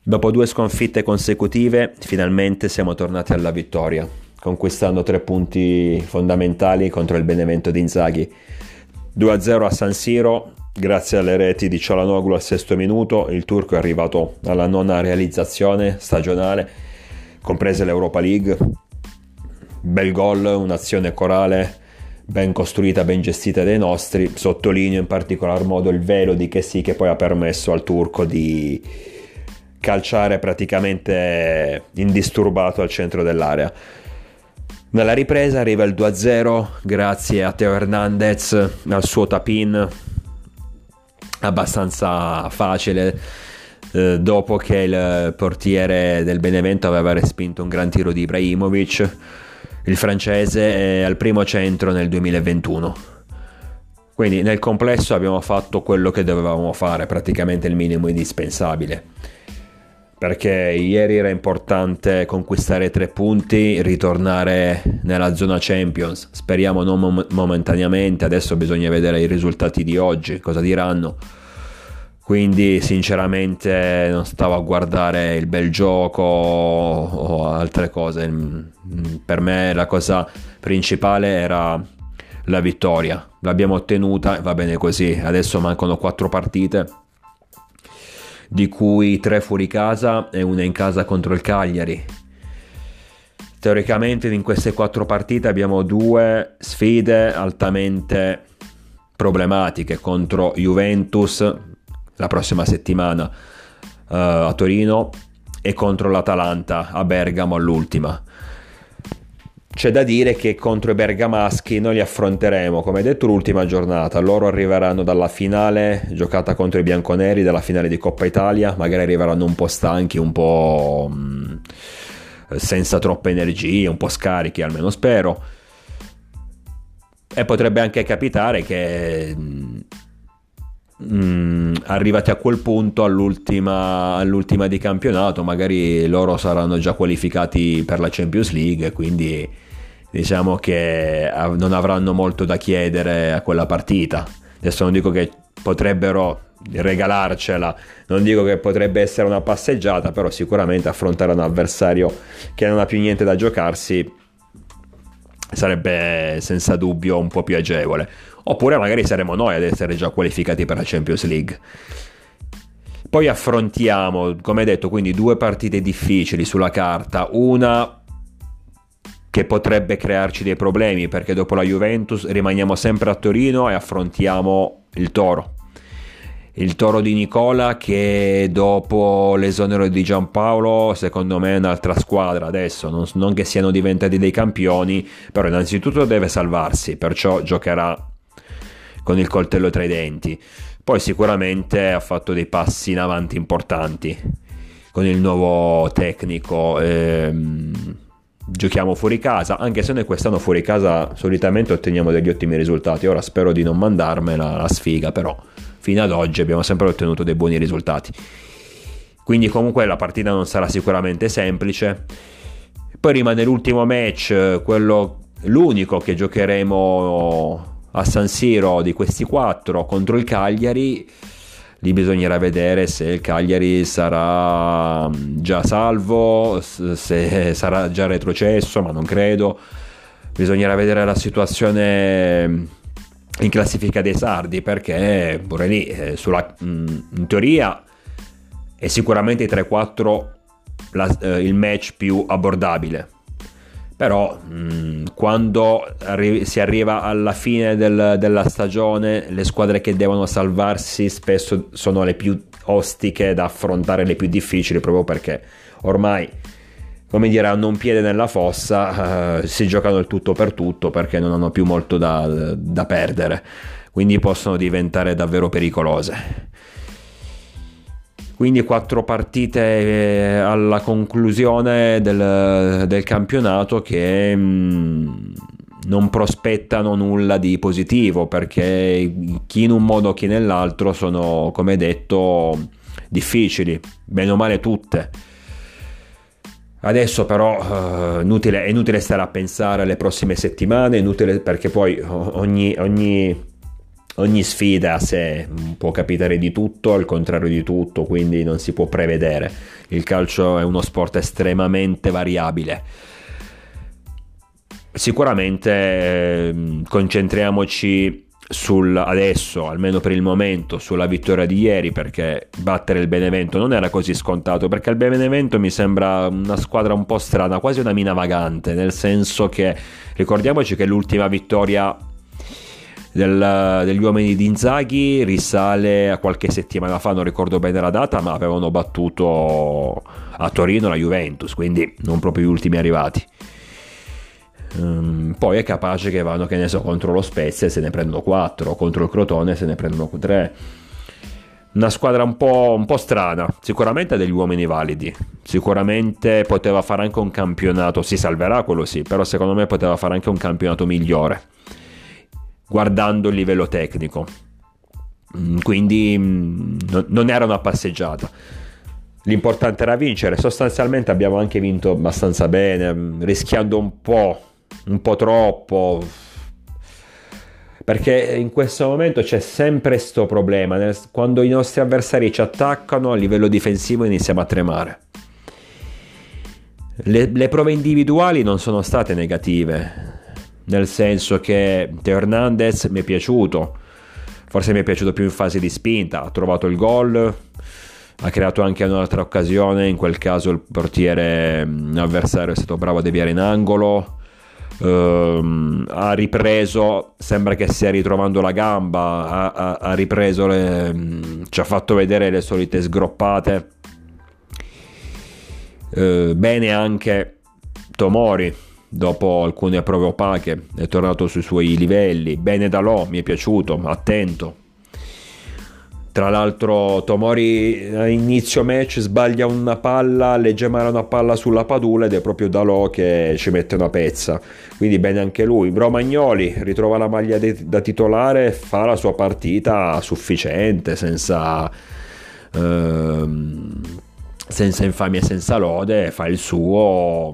Dopo 2 sconfitte consecutive, finalmente siamo tornati alla vittoria, conquistando 3 punti fondamentali contro il Benevento di Inzaghi. 2-0 a San Siro, grazie alle reti di Çalhanoğlu al 6° minuto. Il turco è arrivato alla 9ª realizzazione stagionale, comprese l'Europa League. Bel gol, un'azione corale, ben costruita, ben gestita dai nostri. Sottolineo in particolar modo il velo di Kessie, che poi ha permesso al turco di calciare praticamente indisturbato al centro dell'area. Nella ripresa arriva il 2-0 grazie a Theo Hernandez, al suo tap-in abbastanza facile, dopo che il portiere del Benevento aveva respinto un gran tiro di Ibrahimovic. Il francese è al primo centro nel 2021. Quindi nel complesso abbiamo fatto quello che dovevamo fare, praticamente il minimo indispensabile, perché ieri era importante conquistare 3 punti, ritornare nella zona Champions. Speriamo non momentaneamente, adesso bisogna vedere i risultati di oggi, cosa diranno. Quindi sinceramente non stavo a guardare il bel gioco o altre cose. Per me la cosa principale era la vittoria. L'abbiamo ottenuta e va bene così. Adesso mancano 4 partite, di cui 3 fuori casa e una in casa contro il Cagliari. Teoricamente in queste 4 partite abbiamo 2 sfide altamente problematiche: contro Juventus la prossima settimana a Torino e contro l'Atalanta a Bergamo all'ultima. C'è da dire che contro i bergamaschi noi li affronteremo, come detto, l'ultima giornata. Loro arriveranno dalla finale giocata contro i bianconeri, dalla finale di Coppa Italia. Magari arriveranno un po' stanchi, un po' senza troppe energie, un po' scarichi, almeno spero. E potrebbe anche capitare che arrivati a quel punto, all'ultima di campionato, magari loro saranno già qualificati per la Champions League, quindi diciamo che non avranno molto da chiedere a quella partita. Adesso non dico che potrebbero regalarcela, non dico che potrebbe essere una passeggiata, però sicuramente affrontare un avversario che non ha più niente da giocarsi sarebbe senza dubbio un po' più agevole. Oppure magari saremo noi ad essere già qualificati per la Champions League. Poi affrontiamo, come detto, quindi 2 partite difficili sulla carta. Una che potrebbe crearci dei problemi, perché dopo la Juventus rimaniamo sempre a Torino e affrontiamo il Toro. Il Toro di Nicola, che dopo l'esonero di Giampaolo secondo me è un'altra squadra adesso, non che siano diventati dei campioni, però innanzitutto deve salvarsi, perciò giocherà con il coltello tra i denti. Poi sicuramente ha fatto dei passi in avanti importanti con il nuovo tecnico. Giochiamo fuori casa, anche se noi quest'anno fuori casa solitamente otteniamo degli ottimi risultati. Ora spero di non mandarmela la sfiga, però fino ad oggi abbiamo sempre ottenuto dei buoni risultati. Quindi comunque la partita non sarà sicuramente semplice. Poi rimane l'ultimo match, l'unico che giocheremo a San Siro di questi 4, contro il Cagliari. Lì bisognerà vedere se il Cagliari sarà già salvo, se sarà già retrocesso, ma non credo. Bisognerà vedere la situazione in classifica dei sardi, perché pure lì in teoria è sicuramente tra i 4 il match più abbordabile. Però quando si arriva alla fine della stagione, le squadre che devono salvarsi spesso sono le più ostiche da affrontare, le più difficili, proprio perché ormai, come dire, hanno un piede nella fossa, si giocano il tutto per tutto, perché non hanno più molto da perdere, quindi possono diventare davvero pericolose. Quindi 4 partite alla conclusione del campionato che non prospettano nulla di positivo, perché chi in un modo chi nell'altro sono, come detto, difficili, bene o male tutte. Adesso però è inutile stare a pensare alle prossime settimane, è inutile, perché poi ogni ogni sfida a sé, può capitare di tutto, al contrario di tutto, quindi non si può prevedere. Il calcio è uno sport estremamente variabile. Sicuramente concentriamoci adesso, almeno per il momento, sulla vittoria di ieri, perché battere il Benevento non era così scontato, perché il Benevento mi sembra una squadra un po' strana, quasi una mina vagante, nel senso che ricordiamoci che l'ultima vittoria degli uomini di Inzaghi risale a qualche settimana fa, non ricordo bene la data, ma avevano battuto a Torino la Juventus, quindi non proprio gli ultimi arrivati. Poi è capace che vanno, che ne so, contro lo Spezia e se ne prendono 4, contro il Crotone se ne prendono 3. Una squadra un po' strana, sicuramente ha degli uomini validi, sicuramente poteva fare anche un campionato, si salverà quello sì, però secondo me poteva fare anche un campionato migliore guardando il livello tecnico, quindi non era una passeggiata. L'importante era vincere, sostanzialmente abbiamo anche vinto abbastanza bene, rischiando un po' troppo, perché in questo momento c'è sempre sto problema, quando i nostri avversari ci attaccano a livello difensivo iniziamo a tremare. Le prove individuali non sono state negative, nel senso che Teo Hernandez mi è piaciuto, forse mi è piaciuto più in fase di spinta, ha trovato il gol, ha creato anche un'altra occasione, in quel caso il portiere avversario è stato bravo a deviare in angolo, ha ripreso, sembra che stia ritrovando la gamba, ha ripreso, ci ha fatto vedere le solite sgroppate. Bene anche Tomori, dopo alcune prove opache è tornato sui suoi livelli. Bene Dalot, mi è piaciuto, attento. Tra l'altro Tomori a inizio match sbaglia una palla, legge male una palla sulla padula ed è proprio Dalot che ci mette una pezza, quindi bene anche lui. Romagnoli ritrova la maglia da titolare, fa la sua partita sufficiente, senza infamia e senza lode, fa il suo.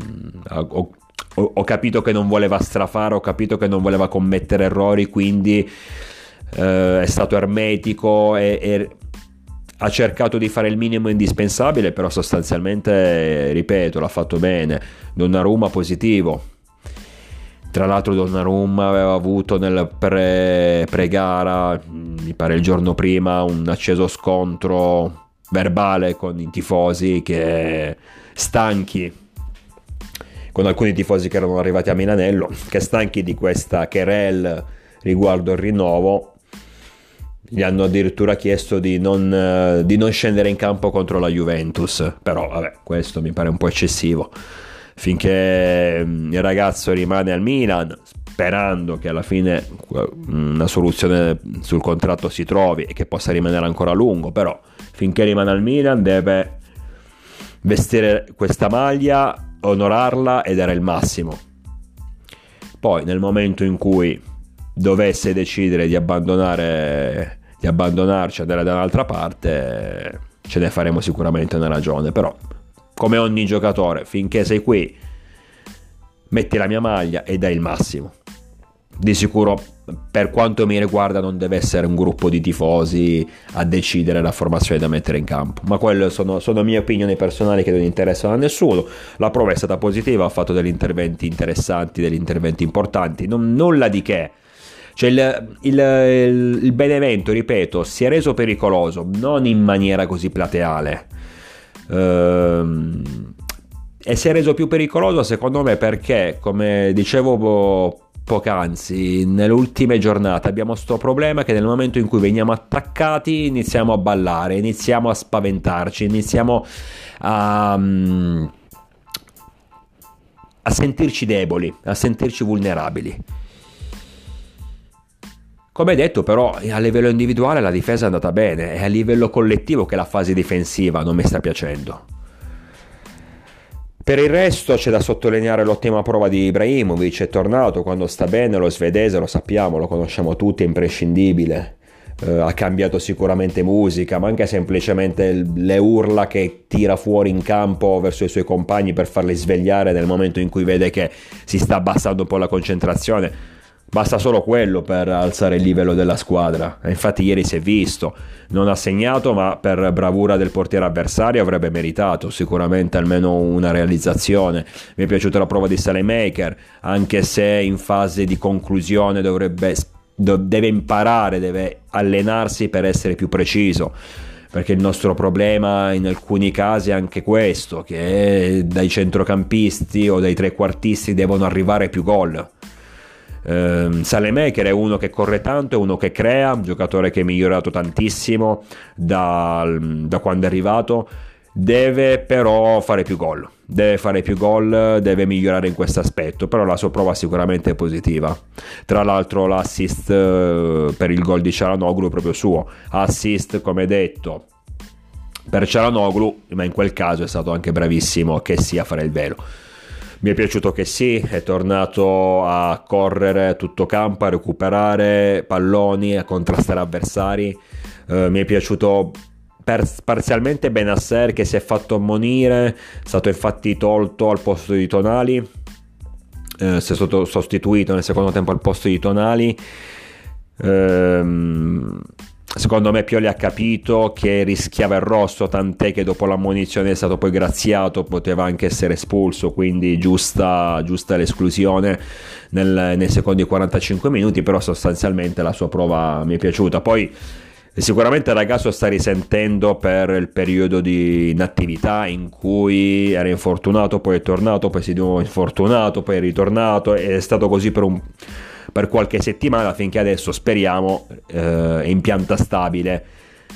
Ho capito che non voleva strafare, ho capito che non voleva commettere errori, quindi è stato ermetico e ha cercato di fare il minimo indispensabile, però sostanzialmente, ripeto, l'ha fatto bene. Donnarumma positivo. Tra l'altro Donnarumma aveva avuto nel pre-gara, mi pare il giorno prima, un acceso scontro verbale con i tifosi che stanchi, con alcuni tifosi che erano arrivati a Milanello, che stanchi di questa querelle riguardo il rinnovo, gli hanno addirittura chiesto di non scendere in campo contro la Juventus, però vabbè, questo mi pare un po' eccessivo. Finché il ragazzo rimane al Milan, sperando che alla fine una soluzione sul contratto si trovi e che possa rimanere ancora a lungo, però finché rimane al Milan deve vestire questa maglia, onorarla ed era il massimo. Poi nel momento in cui dovesse decidere di abbandonarci, andare da un'altra parte, ce ne faremo sicuramente una ragione, però come ogni giocatore, finché sei qui metti la mia maglia e dai il massimo. Di sicuro, per quanto mi riguarda, non deve essere un gruppo di tifosi a decidere la formazione da mettere in campo, ma quelle sono mie opinioni personali che non interessano a nessuno. La prova è stata positiva, ha fatto degli interventi interessanti, degli interventi importanti, nulla di che. Cioè il Benevento, ripeto, si è reso pericoloso, non in maniera così plateale, e si è reso più pericoloso secondo me perché, come dicevo poc'anzi, nelle ultime giornate abbiamo sto problema che nel momento in cui veniamo attaccati iniziamo a ballare, iniziamo a spaventarci, iniziamo a sentirci deboli, a sentirci vulnerabili. Come detto, però, a livello individuale la difesa è andata bene, è a livello collettivo che la fase difensiva non mi sta piacendo. Per il resto c'è da sottolineare l'ottima prova di Ibrahimovic, è tornato quando sta bene, lo svedese lo sappiamo, lo conosciamo tutti, è imprescindibile. Ha cambiato sicuramente musica, ma anche semplicemente le urla che tira fuori in campo verso i suoi compagni per farli svegliare nel momento in cui vede che si sta abbassando un po' la concentrazione. Basta solo quello per alzare il livello della squadra. E infatti ieri si è visto, non ha segnato, ma per bravura del portiere avversario avrebbe meritato sicuramente almeno una realizzazione. Mi è piaciuta la prova di Salemaker, anche se in fase di conclusione deve imparare, deve allenarsi per essere più preciso, perché il nostro problema in alcuni casi è anche questo, che dai centrocampisti o dai trequartisti devono arrivare più gol. Salemaker è uno che corre tanto, è uno che crea, un giocatore che è migliorato tantissimo da quando è arrivato. Deve però fare più gol, deve migliorare in questo aspetto, però la sua prova sicuramente è positiva. Tra l'altro l'assist per il gol di Çalhanoğlu è proprio suo, assist come detto per Çalhanoğlu, ma in quel caso è stato anche bravissimo che sia a fare il velo. Mi è piaciuto che sì, è tornato a correre tutto campo, a recuperare palloni, a contrastare avversari. Mi è piaciuto parzialmente Bennacer, che si è fatto ammonire, è stato infatti tolto al posto di Tonali, si è stato sostituito nel secondo tempo al posto di Tonali. Secondo me Pioli ha capito che rischiava il rosso, tant'è che dopo l'ammonizione è stato poi graziato, poteva anche essere espulso, quindi giusta l'esclusione nei secondi 45 minuti, però sostanzialmente la sua prova mi è piaciuta. Poi sicuramente il ragazzo sta risentendo per il periodo di inattività in cui era infortunato, poi è tornato, poi si è di nuovo infortunato, poi è ritornato, e è stato così per qualche settimana, finché adesso speriamo è in pianta stabile,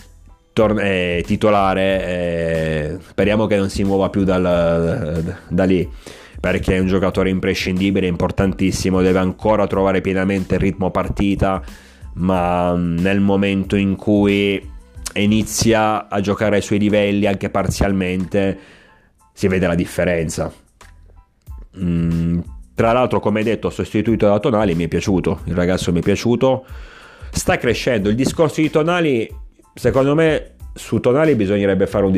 titolare, speriamo che non si muova più da lì, perché è un giocatore imprescindibile, importantissimo, deve ancora trovare pienamente il ritmo partita, ma nel momento in cui inizia a giocare ai suoi livelli anche parzialmente si vede la differenza. Tra l'altro, come detto, sostituito da Tonali, mi è piaciuto, il ragazzo mi è piaciuto, sta crescendo. Il discorso di Tonali, secondo me, su Tonali bisognerebbe fare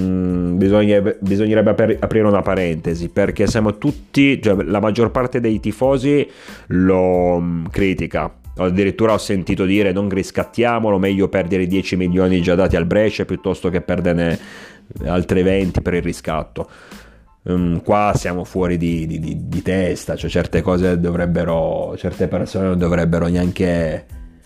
bisognerebbe aprire una parentesi, perché siamo tutti, cioè la maggior parte dei tifosi lo critica. Addirittura ho sentito dire: non riscattiamolo, meglio perdere 10 milioni già dati al Brescia piuttosto che perderne altri 20 per il riscatto. Qua siamo fuori di testa, cioè certe cose certe persone non dovrebbero neanche,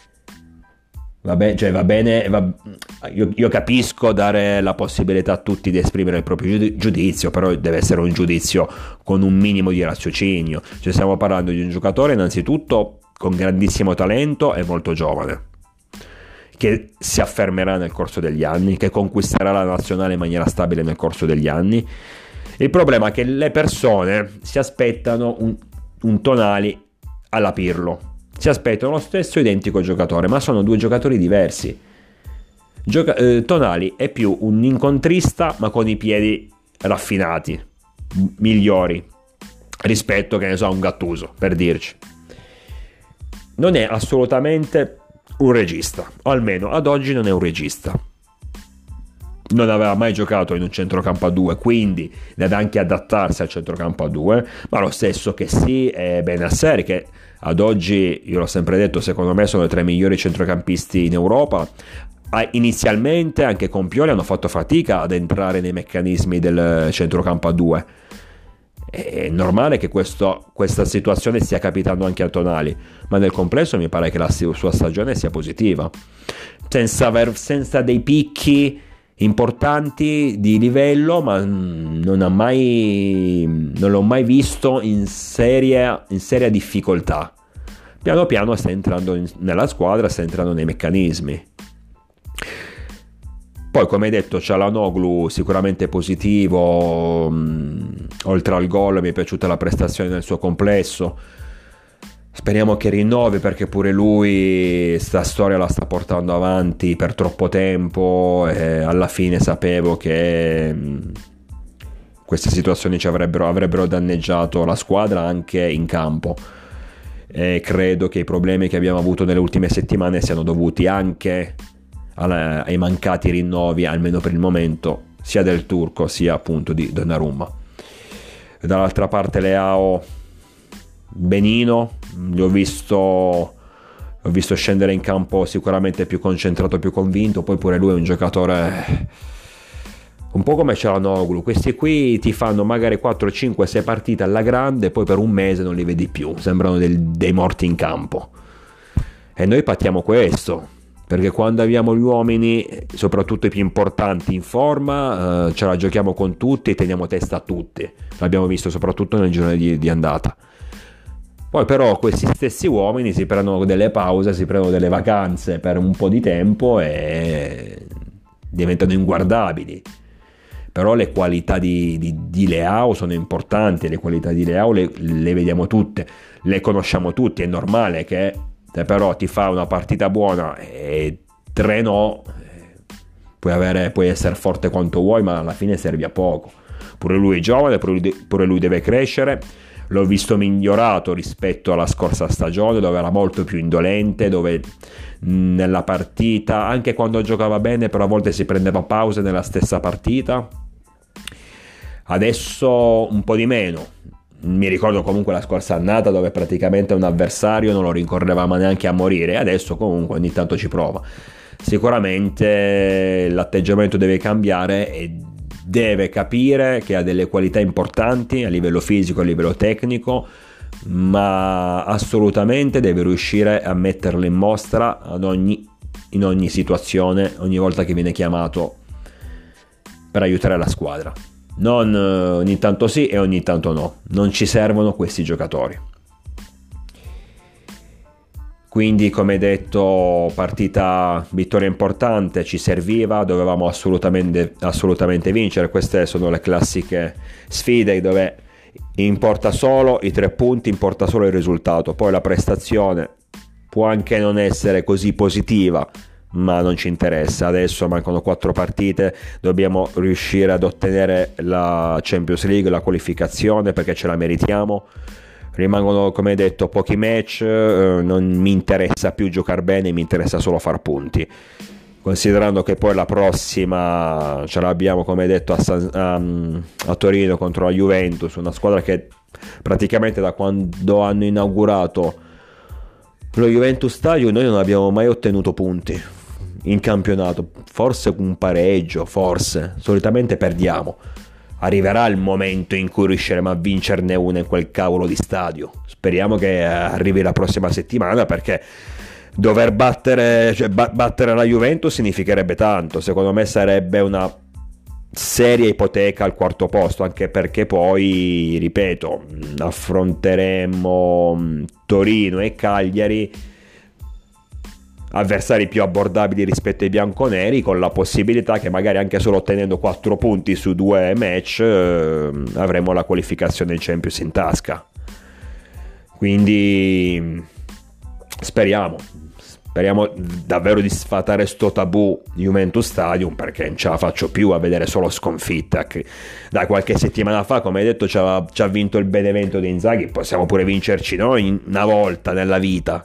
va bene, io capisco dare la possibilità a tutti di esprimere il proprio giudizio, però deve essere un giudizio con un minimo di raziocinio. Cioè stiamo parlando di un giocatore innanzitutto con grandissimo talento e molto giovane, che si affermerà nel corso degli anni, che conquisterà la nazionale in maniera stabile nel corso degli anni. Il problema è che le persone si aspettano un Tonali alla Pirlo, si aspettano lo stesso identico giocatore, ma sono due giocatori diversi. Tonali è più un incontrista, ma con i piedi raffinati, migliori rispetto, che ne so, a un Gattuso, per dirci. Non è assolutamente un regista, o almeno ad oggi non è un regista. Non aveva mai giocato in un centrocampo a 2, quindi deve anche adattarsi al centrocampo a 2, ma lo stesso che sì è Bennacer, che ad oggi, io l'ho sempre detto, secondo me sono i 3 migliori centrocampisti in Europa. Inizialmente anche con Pioli hanno fatto fatica ad entrare nei meccanismi del centrocampo a 2. È normale che questa situazione stia capitando anche a Tonali, ma nel complesso mi pare che la sua stagione sia positiva, senza dei picchi importanti di livello, ma non l'ho mai visto in seria difficoltà. Piano piano sta entrando nella squadra, sta entrando nei meccanismi. Poi, come hai detto, Çalhanoğlu sicuramente positivo, oltre al gol mi è piaciuta la prestazione nel suo complesso. Speriamo che rinnovi, perché pure lui sta storia la sta portando avanti per troppo tempo, e alla fine sapevo che queste situazioni avrebbero danneggiato la squadra anche in campo, e credo che i problemi che abbiamo avuto nelle ultime settimane siano dovuti anche ai mancati rinnovi, almeno per il momento, sia del turco sia appunto di Donnarumma. Dall'altra parte Leao benino, l'ho visto scendere in campo sicuramente più concentrato, più convinto. Poi pure lui è un giocatore un po' come Çalhanoğlu, questi qui ti fanno magari 4, 5, 6 partite alla grande, poi per un mese non li vedi più, sembrano dei morti in campo. E noi pattiamo questo, perché quando abbiamo gli uomini, soprattutto i più importanti, in forma, ce la giochiamo con tutti e teniamo testa a tutti. L'abbiamo visto soprattutto nel giorno di andata. Poi però questi stessi uomini si prendono delle pause, si prendono delle vacanze per un po' di tempo e diventano inguardabili. Però le qualità di Leao sono importanti, le qualità di Leao le vediamo tutte, le conosciamo tutti. È normale che se però ti fa una partita buona e 3 no, puoi essere forte quanto vuoi, ma alla fine servi a poco. Pure lui è giovane, pure lui deve crescere. L'ho visto migliorato rispetto alla scorsa stagione, dove era molto più indolente, dove nella partita, anche quando giocava bene, però a volte si prendeva pause nella stessa partita. Adesso un po' di meno. Mi ricordo comunque la scorsa annata dove praticamente un avversario non lo rincorrevamo neanche a morire, adesso comunque ogni tanto ci prova. Sicuramente l'atteggiamento deve cambiare e deve capire che ha delle qualità importanti a livello fisico, a livello tecnico, ma assolutamente deve riuscire a metterle in mostra in ogni situazione, ogni volta che viene chiamato per aiutare la squadra. Non ogni tanto sì e ogni tanto no, non ci servono questi giocatori. Quindi, come detto, vittoria importante, ci serviva, dovevamo assolutamente vincere. Queste sono le classiche sfide dove importa solo i 3 punti, importa solo il risultato. Poi la prestazione può anche non essere così positiva, ma non ci interessa. Adesso mancano 4 partite, dobbiamo riuscire ad ottenere la Champions League, la qualificazione, perché ce la meritiamo. Rimangono, come detto, pochi match, non mi interessa più giocare bene, mi interessa solo far punti, considerando che poi la prossima ce l'abbiamo, come detto, a Torino contro la Juventus, una squadra che praticamente da quando hanno inaugurato lo Juventus Stadium noi non abbiamo mai ottenuto punti in campionato, forse un pareggio, forse, solitamente perdiamo. Arriverà il momento in cui riusciremo a vincerne una in quel cavolo di stadio. Speriamo che arrivi la prossima settimana, perché dover battere la Juventus significherebbe tanto. Secondo me sarebbe una seria ipoteca al 4º posto, anche perché poi, ripeto, affronteremo Torino e Cagliari, avversari più abbordabili rispetto ai bianconeri, con la possibilità che magari anche solo ottenendo 4 punti su 2 match avremo la qualificazione in Champions in tasca. Quindi speriamo davvero di sfatare sto tabù Juventus Stadium, perché non ce la faccio più a vedere solo sconfitta. Da qualche settimana fa, come hai detto, ci ha vinto il Benevento di Inzaghi, possiamo pure vincerci noi una volta nella vita.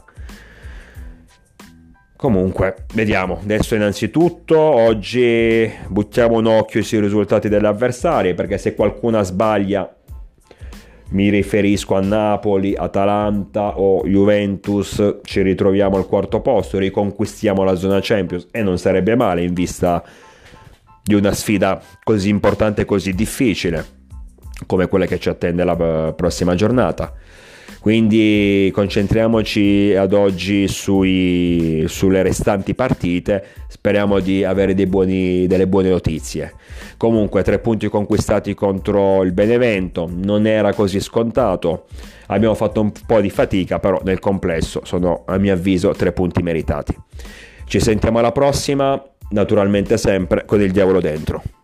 Comunque, vediamo. Adesso innanzitutto oggi buttiamo un occhio sui risultati degli avversari, perché se qualcuna sbaglia, mi riferisco a Napoli, Atalanta o Juventus, ci ritroviamo al 4º posto, riconquistiamo la zona Champions, e non sarebbe male in vista di una sfida così importante e così difficile come quella che ci attende la prossima giornata. Quindi concentriamoci ad oggi sulle restanti partite, speriamo di avere delle buone notizie. Comunque 3 punti conquistati contro il Benevento, non era così scontato, abbiamo fatto un po' di fatica, però nel complesso sono, a mio avviso, 3 punti meritati. Ci sentiamo alla prossima, naturalmente sempre con il diavolo dentro.